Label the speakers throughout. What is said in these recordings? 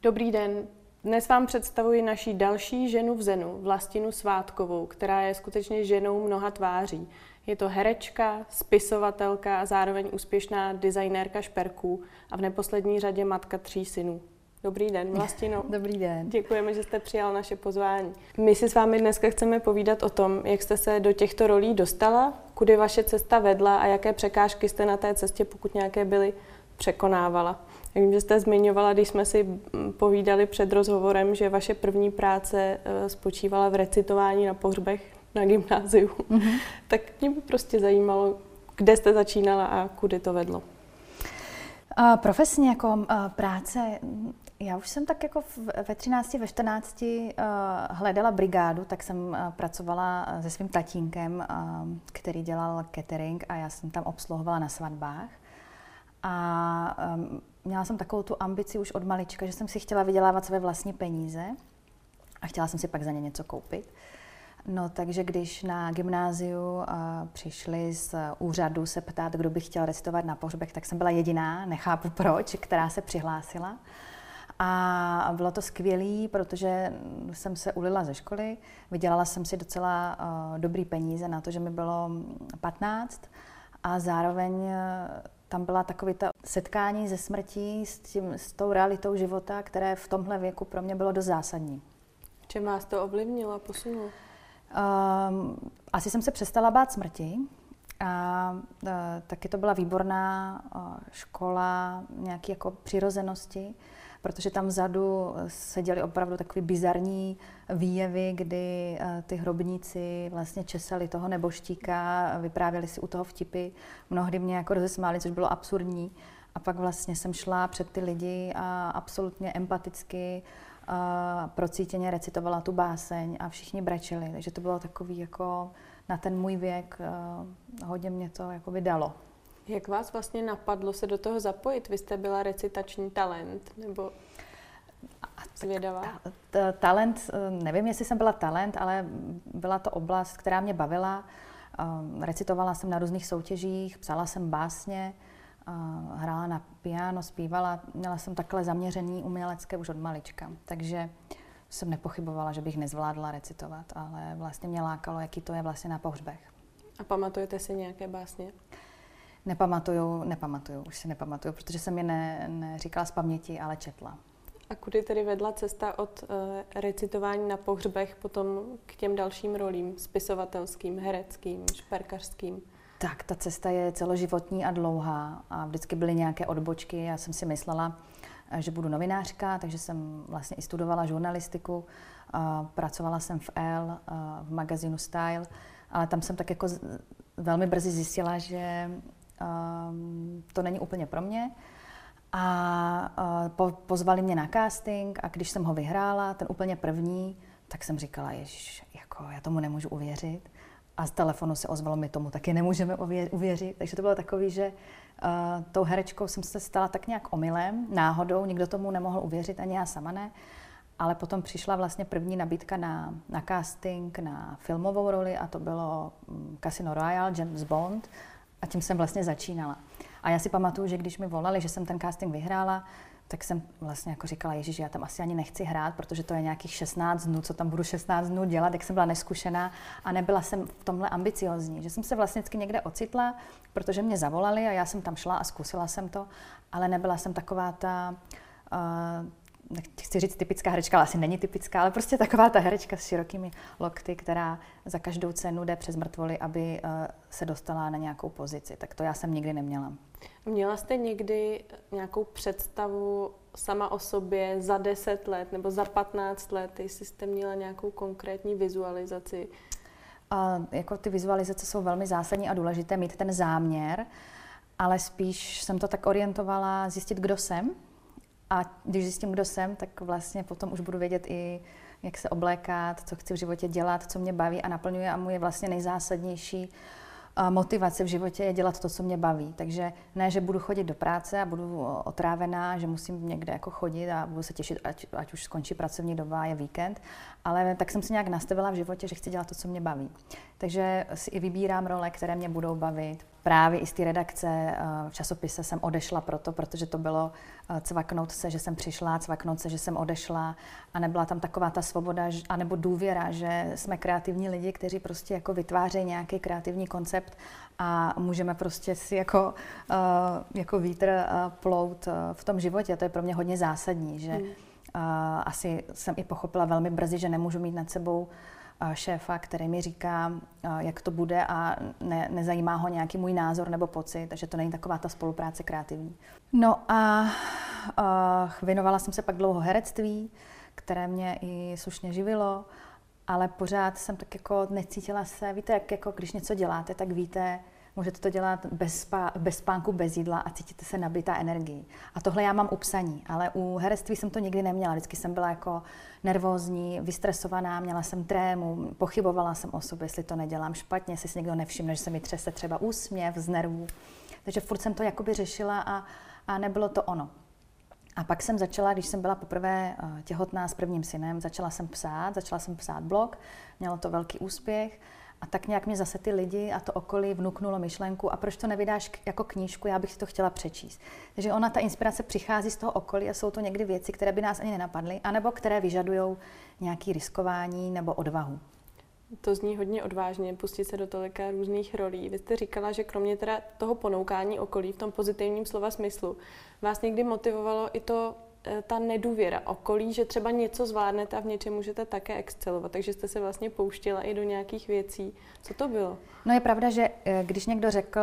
Speaker 1: Dobrý den. Dnes vám představuji naši další ženu v Zenu, Vlastinu Svátkovou, která je skutečně ženou mnoha tváří. Je to herečka, spisovatelka a zároveň úspěšná designérka šperků a v neposlední řadě matka 3 synů. Dobrý den, Vlastino.
Speaker 2: Dobrý den.
Speaker 1: Děkujeme, že jste přijal naše pozvání. My si s vámi dneska chceme povídat o tom, jak jste se do těchto rolí dostala, kudy vaše cesta vedla a jaké překážky jste na té cestě, pokud nějaké byly, překonávala. Jak že jste zmiňovala, když jsme si povídali před rozhovorem, že vaše první práce spočívala v recitování na pohřbech na gymnáziu. Mm-hmm. Tak mě by prostě zajímalo, kde jste začínala a kudy to vedlo.
Speaker 2: Profesně jako práce, já už jsem tak jako ve 13, ve 14 hledala brigádu, tak jsem pracovala se svým tatínkem, který dělal catering a já jsem tam obsluhovala na svatbách. A měla jsem takovou tu ambici už od malička, že jsem si chtěla vydělávat své vlastní peníze a chtěla jsem si pak za ně něco koupit. No takže když na gymnáziu přišli z úřadu se ptát, kdo by chtěl recitovat na pohřbech, tak jsem byla jediná, nechápu proč, která se přihlásila. A bylo to skvělé, protože jsem se ulila ze školy, vydělala jsem si docela dobrý peníze na to, že mi bylo 15 a zároveň tam byla takové to setkání se smrtí s tou realitou života, které v tomhle věku pro mě bylo dost zásadní.
Speaker 1: Čem vás to ovlivnilo a posunulo?
Speaker 2: Asi jsem se přestala bát smrti a taky to byla výborná škola nějaké jako přirozenosti, protože tam vzadu se děly opravdu takové bizarní výjevy, kdy ty hrobníci vlastně česali toho neboštíka, vyprávěli si u toho vtipy, mnohdy mě jako rozesmáli, což bylo absurdní. A pak vlastně jsem šla před ty lidi a absolutně empaticky procítěně recitovala tu báseň a všichni brečeli. Takže to bylo takový jako na ten můj věk, hodně mě to jako vydalo.
Speaker 1: Jak vás vlastně napadlo se do toho zapojit? Vy jste byla recitační talent, nebo zvědavá?
Speaker 2: Talent, nevím, jestli jsem byla talent, ale byla to oblast, která mě bavila. Recitovala jsem na různých soutěžích, psala jsem básně, hrála na piano, zpívala. Měla jsem takhle zaměření umělecké už od malička, takže jsem nepochybovala, že bych nezvládla recitovat, ale vlastně mě lákalo, jaký to je vlastně na pohřbech.
Speaker 1: A pamatujete si nějaké básně?
Speaker 2: Nepamatuju, už si nepamatuju, protože jsem je neříkala z paměti, ale četla.
Speaker 1: A kudy tedy vedla cesta od recitování na pohřbech potom k těm dalším rolím, spisovatelským, hereckým, šperkařským?
Speaker 2: Tak, ta cesta je celoživotní a dlouhá a vždycky byly nějaké odbočky. Já jsem si myslela, že budu novinářka, takže jsem vlastně i studovala žurnalistiku, pracovala jsem v Elle, v magazínu Style, ale tam jsem tak jako velmi brzy zjistila, že to není úplně pro mě. A pozvali mě na casting a když jsem ho vyhrála, ten úplně první, tak jsem říkala, ježiš, jako já tomu nemůžu uvěřit. A z telefonu se ozvalo, my tomu taky nemůžeme uvěřit. Takže to bylo takový, že tou herečkou jsem se stala tak nějak omylem, náhodou, nikdo tomu nemohl uvěřit, ani já sama ne. Ale potom přišla vlastně první nabídka na casting, na filmovou roli a to bylo Casino Royale, James Bond a tím jsem vlastně začínala. A já si pamatuju, že když mi volali, že jsem ten casting vyhrála, tak jsem vlastně jako říkala, ježiš, já tam asi ani nechci hrát, protože to je nějakých 16 dnů, co tam budu 16 dnů dělat, jak jsem byla neskušená a nebyla jsem v tomhle ambiciozní. Že jsem se vlastně někde ocitla, protože mě zavolali a já jsem tam šla a zkusila jsem to, ale nebyla jsem taková ta, chci říct typická herečka, ale asi není typická, ale prostě taková ta herečka s širokými lokty, která za každou cenu jde přes mrtvoly, aby se dostala na nějakou pozici. Tak to já jsem nikdy neměla.
Speaker 1: Měla jste někdy nějakou představu sama o sobě za 10 let nebo za 15 let, jestli jste měla nějakou konkrétní vizualizaci?
Speaker 2: Jako ty vizualizace jsou velmi zásadní a důležité, mít ten záměr, ale spíš jsem to tak orientovala zjistit, kdo jsem. A když zjistím, kdo jsem, tak vlastně potom už budu vědět i, jak se oblékat, co chci v životě dělat, co mě baví a naplňuje a moje vlastně nejzásadnější motivace v životě je dělat to, co mě baví. Takže ne, že budu chodit do práce a budu otrávená, že musím někde jako chodit a budu se těšit, ať už skončí pracovní doba a je víkend, ale tak jsem si nějak nastavila v životě, že chci dělat to, co mě baví. Takže si i vybírám role, které mě budou bavit. právě i z té redakce v časopise jsem odešla protože to bylo cvaknout se, že jsem přišla, cvaknout se, že jsem odešla a nebyla tam taková ta svoboda anebo důvěra, že jsme kreativní lidi, kteří prostě jako vytvářejí nějaký kreativní koncept a můžeme prostě si jako vítr plout v tom životě. To je pro mě hodně zásadní, že asi jsem i pochopila velmi brzy, že nemůžu mít nad sebou šéfa, který mi říká, jak to bude a nezajímá ho nějaký můj názor nebo pocit, takže to není taková ta spolupráce kreativní. No a věnovala jsem se pak dlouho herectví, které mě i slušně živilo, ale pořád jsem tak jako necítila se, víte, jak jako když něco děláte, tak víte, můžete to dělat bez spánku, bez jídla a cítíte se nabitá energií. A tohle já mám u psaní, ale u herectví jsem to nikdy neměla. Vždycky jsem byla jako nervózní, vystresovaná, měla jsem trému, pochybovala jsem o sobě, jestli to nedělám špatně, jestli si někdo nevšimne, že se mi třese třeba úsměv z nervů. Takže furt jsem to jakoby řešila a nebylo to ono. A pak jsem začala, když jsem byla poprvé těhotná s prvním synem, začala jsem psát blog, mělo to velký úspěch. A tak nějak mě zase ty lidi a to okolí vnuknulo myšlenku, a proč to nevydáš jako knížku, já bych si to chtěla přečíst. Takže ta inspirace přichází z toho okolí a jsou to někdy věci, které by nás ani nenapadly, anebo které vyžadují nějaké riskování nebo odvahu.
Speaker 1: To zní hodně odvážně, pustit se do tolika různých rolí. Vy jste říkala, že kromě teda toho ponoukání okolí v tom pozitivním slova smyslu, vás někdy motivovalo i ta nedůvěra okolí, že třeba něco zvládnete a v něčem můžete také excelovat, takže jste se vlastně pouštěla i do nějakých věcí. Co to bylo?
Speaker 2: No je pravda, že když někdo řekl,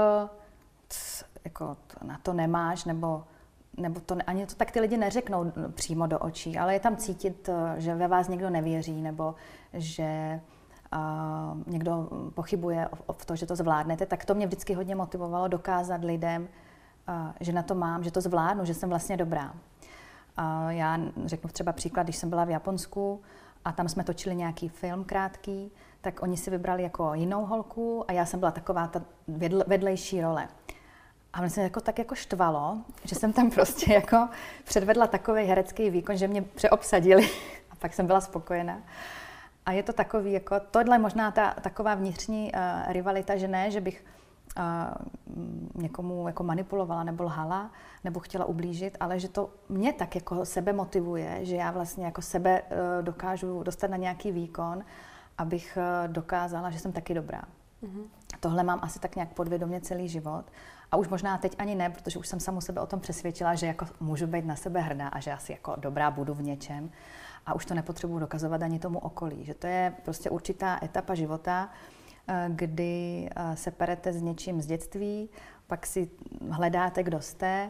Speaker 2: jako na to nemáš, nebo to ani to tak ty lidi neřeknou přímo do očí, ale je tam cítit, že ve vás někdo nevěří, nebo že někdo pochybuje v to, že to zvládnete, tak to mě vždycky hodně motivovalo dokázat lidem, že na to mám, že to zvládnu, že jsem vlastně dobrá. Já řeknu třeba příklad, když jsem byla v Japonsku a tam jsme točili nějaký film krátký, tak oni si vybrali jako jinou holku a já jsem byla taková ta vedlejší role. A mě se tak jako štvalo, že jsem tam prostě jako předvedla takový herecký výkon, že mě přeobsadili a pak jsem byla spokojená. A je to takový, jako tohle možná taková vnitřní rivalita, že ne, že bych někomu jako manipulovala nebo lhala, nebo chtěla ublížit, ale že to mě tak jako sebe motivuje, že já vlastně jako sebe dokážu dostat na nějaký výkon, abych dokázala, že jsem taky dobrá. Mm-hmm. Tohle mám asi tak nějak podvědomě celý život. A už možná teď ani ne, protože už jsem samu sebe o tom přesvědčila, že jako můžu být na sebe hrdá a že asi jako dobrá budu v něčem. A už to nepotřebuji dokazovat ani tomu okolí. Že to je prostě určitá etapa života, kdy se perete s něčím z dětství, pak si hledáte, kdo jste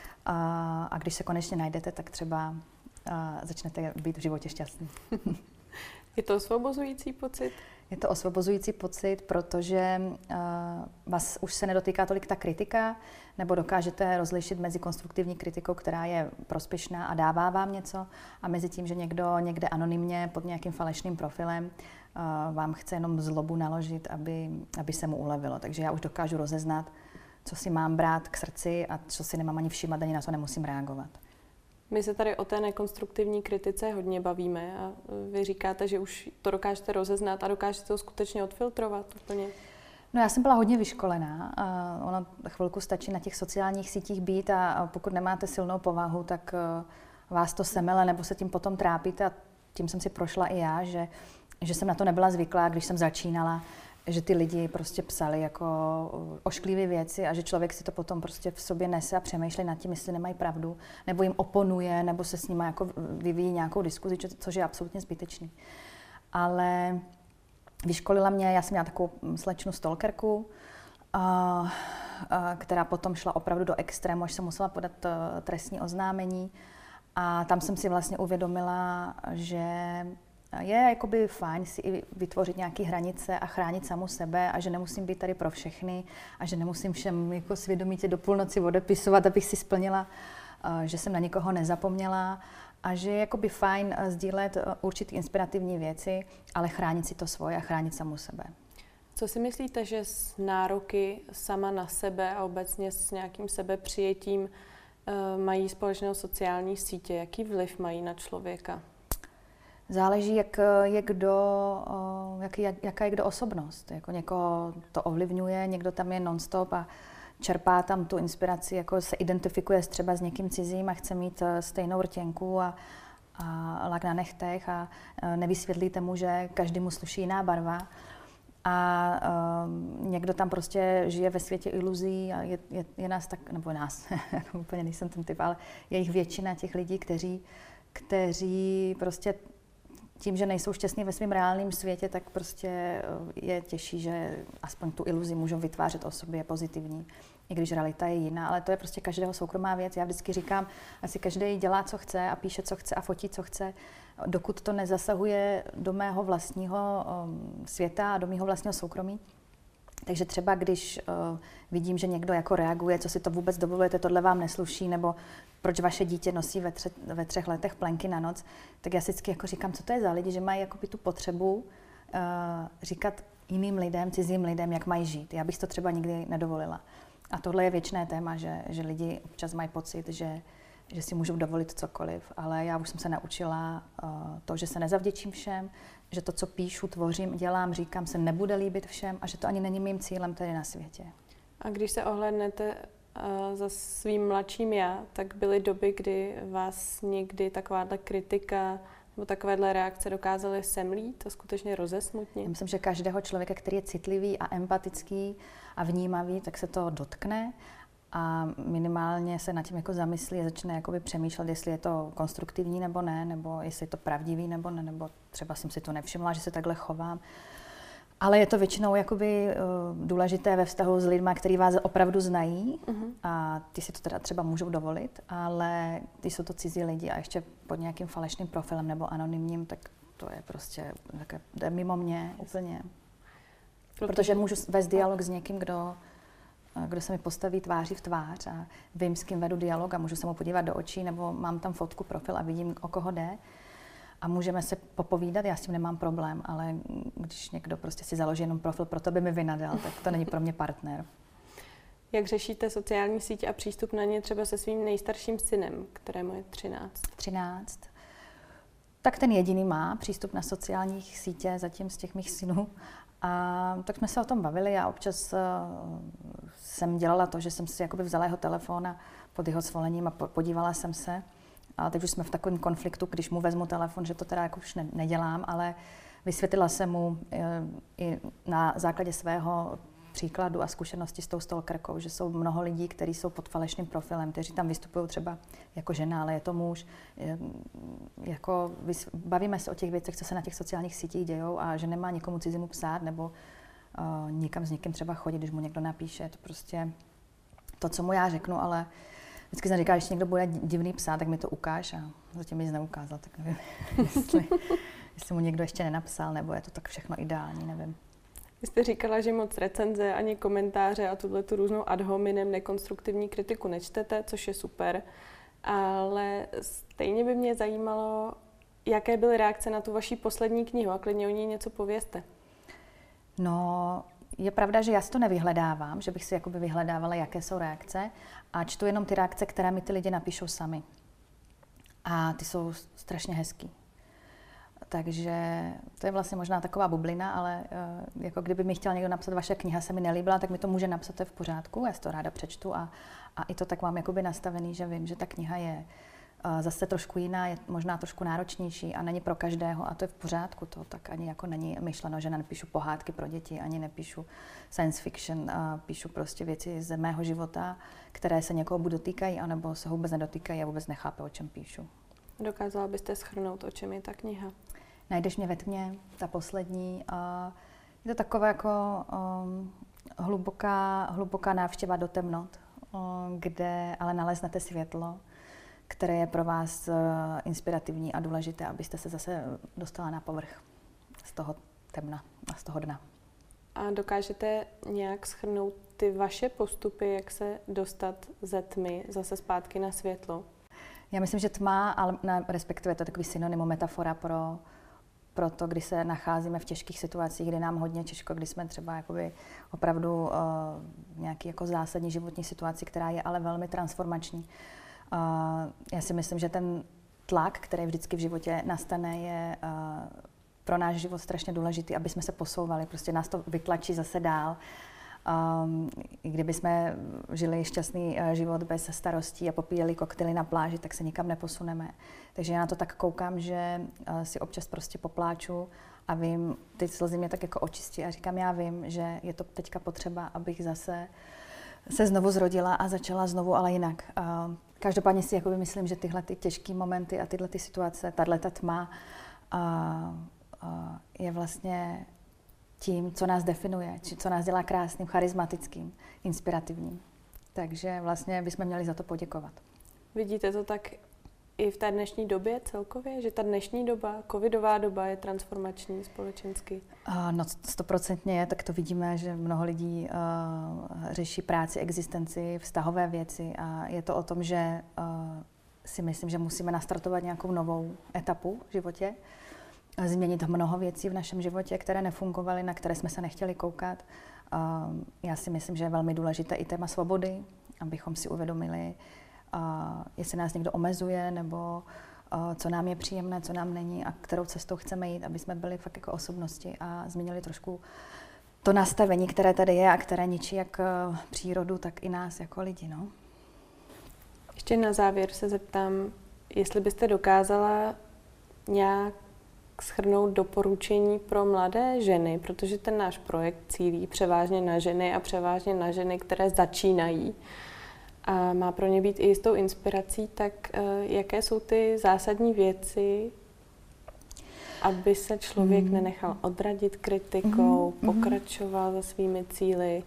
Speaker 2: a když se konečně najdete, tak třeba začnete být v životě šťastný.
Speaker 1: Je to osvobozující pocit?
Speaker 2: Je to osvobozující pocit, protože vás už se nedotýká tolik ta kritika, nebo dokážete rozlišit mezi konstruktivní kritikou, která je prospěšná a dává vám něco, a mezi tím, že někdo někde anonymně pod nějakým falešným profilem vám chce jenom zlobu naložit, aby se mu ulevilo. Takže já už dokážu rozeznat, co si mám brát k srdci a co si nemám ani všímat, ani na to nemusím reagovat.
Speaker 1: My se tady o té nekonstruktivní kritice hodně bavíme a vy říkáte, že už to dokážete rozeznat a dokážete to skutečně odfiltrovat úplně.
Speaker 2: No já jsem byla hodně vyškolená. Ono chvilku stačí na těch sociálních sítích být a pokud nemáte silnou povahu, tak vás to semele nebo se tím potom trápíte a tím jsem si prošla i já, že jsem na to nebyla zvyklá, když jsem začínala, že ty lidi prostě psali jako ošklivé věci a že člověk si to potom prostě v sobě nese a přemýšlí nad tím, jestli nemají pravdu, nebo jim oponuje, nebo se s nimi jako vyvíjí nějakou diskuzi, což je absolutně zbytečný. Ale vyškolila mě, já jsem měla takovou slečnu stalkerku, která potom šla opravdu do extrému, až jsem musela podat trestní oznámení. A tam jsem si vlastně uvědomila, že je jakoby fajn si i vytvořit nějaké hranice a chránit samu sebe a že nemusím být tady pro všechny a že nemusím všem jako svědomitě do půlnoci odepisovat, abych si splnila, že jsem na nikoho nezapomněla a že je jakoby fajn sdílet určitý inspirativní věci, ale chránit si to svoje a chránit samu sebe.
Speaker 1: Co si myslíte, že s nároky sama na sebe a obecně s nějakým sebepřijetím mají společného sociální sítě? Jaký vliv mají na člověka?
Speaker 2: Záleží, jaká je kdo osobnost. Jako někoho to ovlivňuje, někdo tam je non-stop a čerpá tam tu inspiraci, jako se identifikuje třeba s někým cizím a chce mít stejnou rtěnku a lak na nechtech a nevysvětlíte mu, že každému sluší jiná barva. A někdo tam prostě žije ve světě iluzí a je nás tak, nebo nás, úplně nejsem ten typ, ale je jich většina těch lidí, kteří prostě tím, že nejsou šťastní ve svém reálném světě, tak prostě je těžší, že aspoň tu iluzi můžou vytvářet o sobě pozitivní, i když realita je jiná, ale to je prostě každého soukromá věc. Já vždycky říkám, asi každý dělá, co chce a píše, co chce a fotí, co chce, dokud to nezasahuje do mého vlastního světa a do mého vlastního soukromí. Takže třeba když vidím, že někdo jako reaguje, co si to vůbec dovolujete, tohle vám nesluší, nebo proč vaše dítě nosí ve 3 letech plenky na noc, tak já si vždycky jako říkám, co to je za lidi, že mají jakoby tu potřebu říkat jiným lidem, cizím lidem, jak mají žít. Já bych to třeba nikdy nedovolila. A tohle je věčné téma, že lidi občas mají pocit, že si můžou dovolit cokoliv, ale já už jsem se naučila to, že se nezavděčím všem, že to, co píšu, tvořím, dělám, říkám, se nebude líbit všem a že to ani není mým cílem tady na světě.
Speaker 1: A když se ohlédnete za svým mladším já, tak byly doby, kdy vás někdy takováhle kritika nebo takovéhle reakce dokázaly semlít a skutečně rozesmutnit?
Speaker 2: Já myslím, že každého člověka, který je citlivý a empatický a vnímavý, tak se to dotkne a minimálně se nad tím jako zamyslí a začne jakoby přemýšlet, jestli je to konstruktivní nebo ne, nebo jestli je to pravdivý nebo ne, nebo třeba jsem si to nevšimla, že se takhle chovám. Ale je to většinou jakoby důležité ve vztahu s lidmi, kteří vás opravdu znají a ty si to teda třeba můžou dovolit, ale ty jsou to cizí lidi a ještě pod nějakým falešným profilem nebo anonymním, tak to je prostě také mimo mě úplně. Protože můžu vést dialog s někým, kdo se mi postaví tváří v tvář a vím, s kým vedu dialog a můžu se mu podívat do očí, nebo mám tam fotku, profil a vidím, o koho jde. A můžeme se popovídat, já s tím nemám problém, ale když někdo prostě si založí jenom profil, proto by mi vynadal, tak to není pro mě partner.
Speaker 1: Jak řešíte sociální sítě a přístup na ně třeba se svým nejstarším synem, kterému je 13?
Speaker 2: 13. Tak ten jediný má přístup na sociálních sítě zatím z těch mých synů. A tak jsme se o tom bavili a občas jsem dělala to, že jsem si jakoby vzala jeho telefon a pod jeho svolením a podívala jsem se. A teď už jsme v takovém konfliktu, když mu vezmu telefon, že to teda jako už nedělám, ale vysvětlila jsem mu i na základě svého příkladu a zkušenosti s tou stalkerkou, že jsou mnoho lidí, kteří jsou pod falešným profilem, kteří tam vystupují třeba jako žena, ale je to muž. Bavíme se o těch věcech, co se na těch sociálních sítích dějou a že nemá nikomu cizímu psát nebo nikam s někým třeba chodit, když mu někdo napíše. To prostě to, co mu já řeknu, ale vždycky jsem říkala, když někdo bude divný psát, tak mi to ukáž a zatím nic neukázal, tak nevím, jestli mu někdo ještě nenapsal, nebo je to tak všechno ideální, nevím.
Speaker 1: Vy jste říkala, že moc recenze, ani komentáře a tu různou ad hominem nekonstruktivní kritiku nečtete, což je super, ale stejně by mě zajímalo, jaké byly reakce na tu vaši poslední knihu a klidně o ní něco povězte.
Speaker 2: No, je pravda, že já si to nevyhledávám, že bych si jakoby vyhledávala, jaké jsou reakce a čtu jenom ty reakce, které mi ty lidi napíšou sami. A ty jsou strašně hezký. Takže to je vlastně možná taková bublina, ale jako kdyby mi chtěl někdo napsat, vaše kniha se mi nelíbila, tak mi to může napsat, to je v pořádku, já si to ráda přečtu a i to tak mám jakoby nastavený, že vím, že ta kniha je zase trošku jiná, je možná trošku náročnější a není pro každého a to je v pořádku, to tak ani jako není myšleno, že nepíšu pohádky pro děti, ani nepíšu science fiction, píšu prostě věci z mého života, které se někoho buď dotýkají, anebo se vůbec nedotýkají a vůbec nechápe, o čem píšu.
Speaker 1: Dokázala byste shrnout, o čem je ta kniha?
Speaker 2: Najdeš mě ve tmě, ta poslední. Je to taková jako hluboká návštěva do temnot, kde ale naleznete světlo, které je pro vás inspirativní a důležité, abyste se zase dostala na povrch z toho temna a z toho dna.
Speaker 1: A dokážete nějak shrnout ty vaše postupy, jak se dostat ze tmy zase zpátky na světlo?
Speaker 2: Já myslím, že tma, ale respektive to je takový synonym, metafora pro to, kdy se nacházíme v těžkých situacích, kdy nám hodně těžko, kdy jsme třeba jakoby opravdu nějaký jako zásadní životní situaci, která je ale velmi transformační. Já si myslím, že ten tlak, který vždycky v životě nastane, je pro náš život strašně důležitý, aby jsme se posouvali. Prostě nás to vytlačí zase dál. I kdyby jsme žili šťastný život bez starostí a popíjeli koktejly na pláži, tak se nikam neposuneme. Takže já na to tak koukám, že si občas prostě popláču a vím, ty slzy mě tak jako očistí a říkám, já vím, že je to teďka potřeba, abych zase se znovu zrodila a začala znovu, ale jinak. Každopádně si jakoby myslím, že tyhle ty těžké momenty a tyhle ty situace, tato tma je vlastně tím, co nás definuje, co nás dělá krásným, charismatickým, inspirativním. Takže vlastně bychom měli za to poděkovat.
Speaker 1: Vidíte to tak i v té dnešní době celkově, že ta dnešní doba, covidová doba je transformační společensky?
Speaker 2: No 100% je, tak to vidíme, že mnoho lidí řeší práci, existenci, vztahové věci a je to o tom, že si myslím, že musíme nastartovat nějakou novou etapu v životě, změnit mnoho věcí v našem životě, které nefungovaly, na které jsme se nechtěli koukat. Já si myslím, že je velmi důležité i téma svobody, abychom si uvědomili, jestli nás někdo omezuje, nebo co nám je příjemné, co nám není a kterou cestou chceme jít, aby jsme byli fakt jako osobnosti a změnili trošku to nastavení, které tady je a které ničí jak přírodu, tak i nás jako lidi. No.
Speaker 1: Ještě na závěr se zeptám, jestli byste dokázala nějak shrnout doporučení pro mladé ženy, protože ten náš projekt cílí převážně na ženy a převážně na ženy, které začínají a má pro ně být i jistou inspirací, tak jaké jsou ty zásadní věci, aby se člověk nenechal odradit kritikou, pokračoval za svými cíli?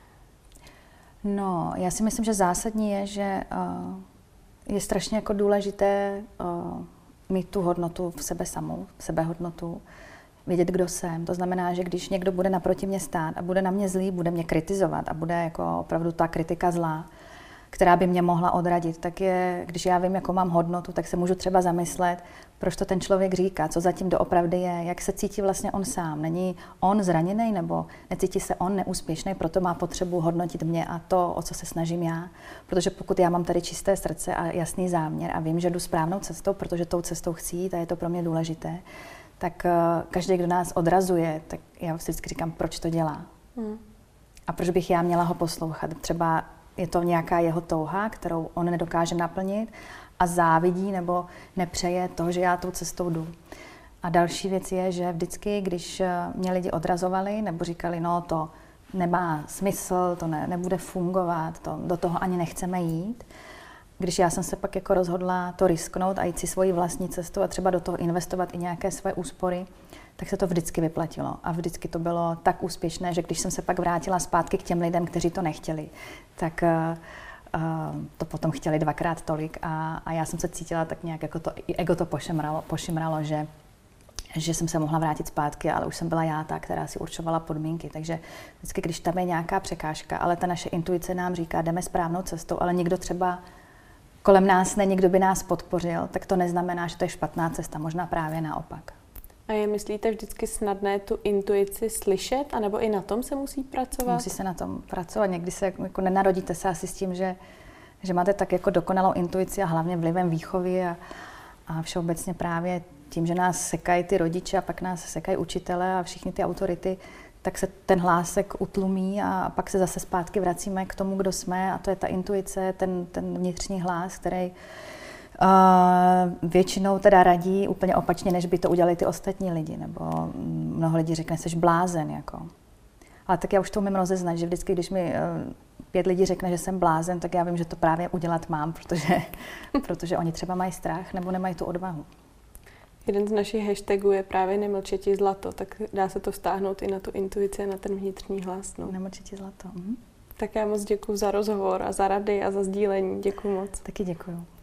Speaker 2: No, já si myslím, že zásadní je, že je strašně jako důležité mít tu hodnotu v sebe samou, sebehodnotu, vědět, kdo jsem. To znamená, že když někdo bude naproti mě stát a bude na mě zlý, bude mě kritizovat a bude jako opravdu ta kritika zlá, která by mě mohla odradit, tak je, když já vím, jakou mám hodnotu, tak se můžu třeba zamyslet, proč to ten člověk říká, co zatím doopravdy je, jak se cítí vlastně on sám. Není on zraněný nebo necítí se on neúspěšný, proto má potřebu hodnotit mě a to, o co se snažím já. Protože pokud já mám tady čisté srdce a jasný záměr a vím, že jdu správnou cestou, protože tou cestou chci jít a je to pro mě důležité, tak každý, kdo nás odrazuje, tak já vždycky říkám, proč to dělá. A proč bych já měla ho poslouchat. Třeba je to nějaká jeho touha, kterou on nedokáže naplnit a závidí nebo nepřeje to, že já tou cestou jdu. A další věc je, že vždycky, když mě lidi odrazovali nebo říkali, no to nemá smysl, to nebude fungovat, do toho ani nechceme jít, když já jsem se pak jako rozhodla to risknout a jít si svoji vlastní cestu a třeba do toho investovat i nějaké své úspory, tak se to vždycky vyplatilo. A vždycky to bylo tak úspěšné, že když jsem se pak vrátila zpátky k těm lidem, kteří to nechtěli, tak to potom chtěli dvakrát tolik a já jsem se cítila tak nějak, jako to ego to pošimralo, že jsem se mohla vrátit zpátky, ale už jsem byla já ta, která si určovala podmínky. Takže vždycky, když tam je nějaká překážka, ale ta naše intuice nám říká, jdeme správnou cestou, ale někdo třeba kolem nás není, kdo by nás podpořil, tak to neznamená, že to je špatná cesta, možná právě naopak.
Speaker 1: A je, myslíte, vždycky snadné tu intuici slyšet, anebo i na tom se musí pracovat?
Speaker 2: Musí se na tom pracovat. Někdy se jako nenarodíte se asi s tím, že máte tak jako dokonalou intuici a hlavně vlivem výchovy a všeobecně právě tím, že nás sekají ty rodiče a pak nás sekají učitele a všichni ty autority, tak se ten hlásek utlumí a pak se zase zpátky vracíme k tomu, kdo jsme a to je ta intuice, ten vnitřní hlas, který většinou teda radí úplně opačně, než by to udělali ty ostatní lidi, nebo mnoho lidí řekne, jsi blázen, jako. Ale tak já už to umím rozeznat, že vždycky, když mi 5 lidí řekne, že jsem blázen, tak já vím, že to právě udělat mám, protože oni třeba mají strach nebo nemají tu odvahu.
Speaker 1: Jeden z našich hashtagů je právě nemlčeti zlato, tak dá se to vztáhnout i na tu intuici a na ten vnitřní hlas. No.
Speaker 2: Nemlčeti zlato.
Speaker 1: Tak já moc děkuju za rozhovor a za rady a za sdílení. Děkuju moc.
Speaker 2: Taky děkuju.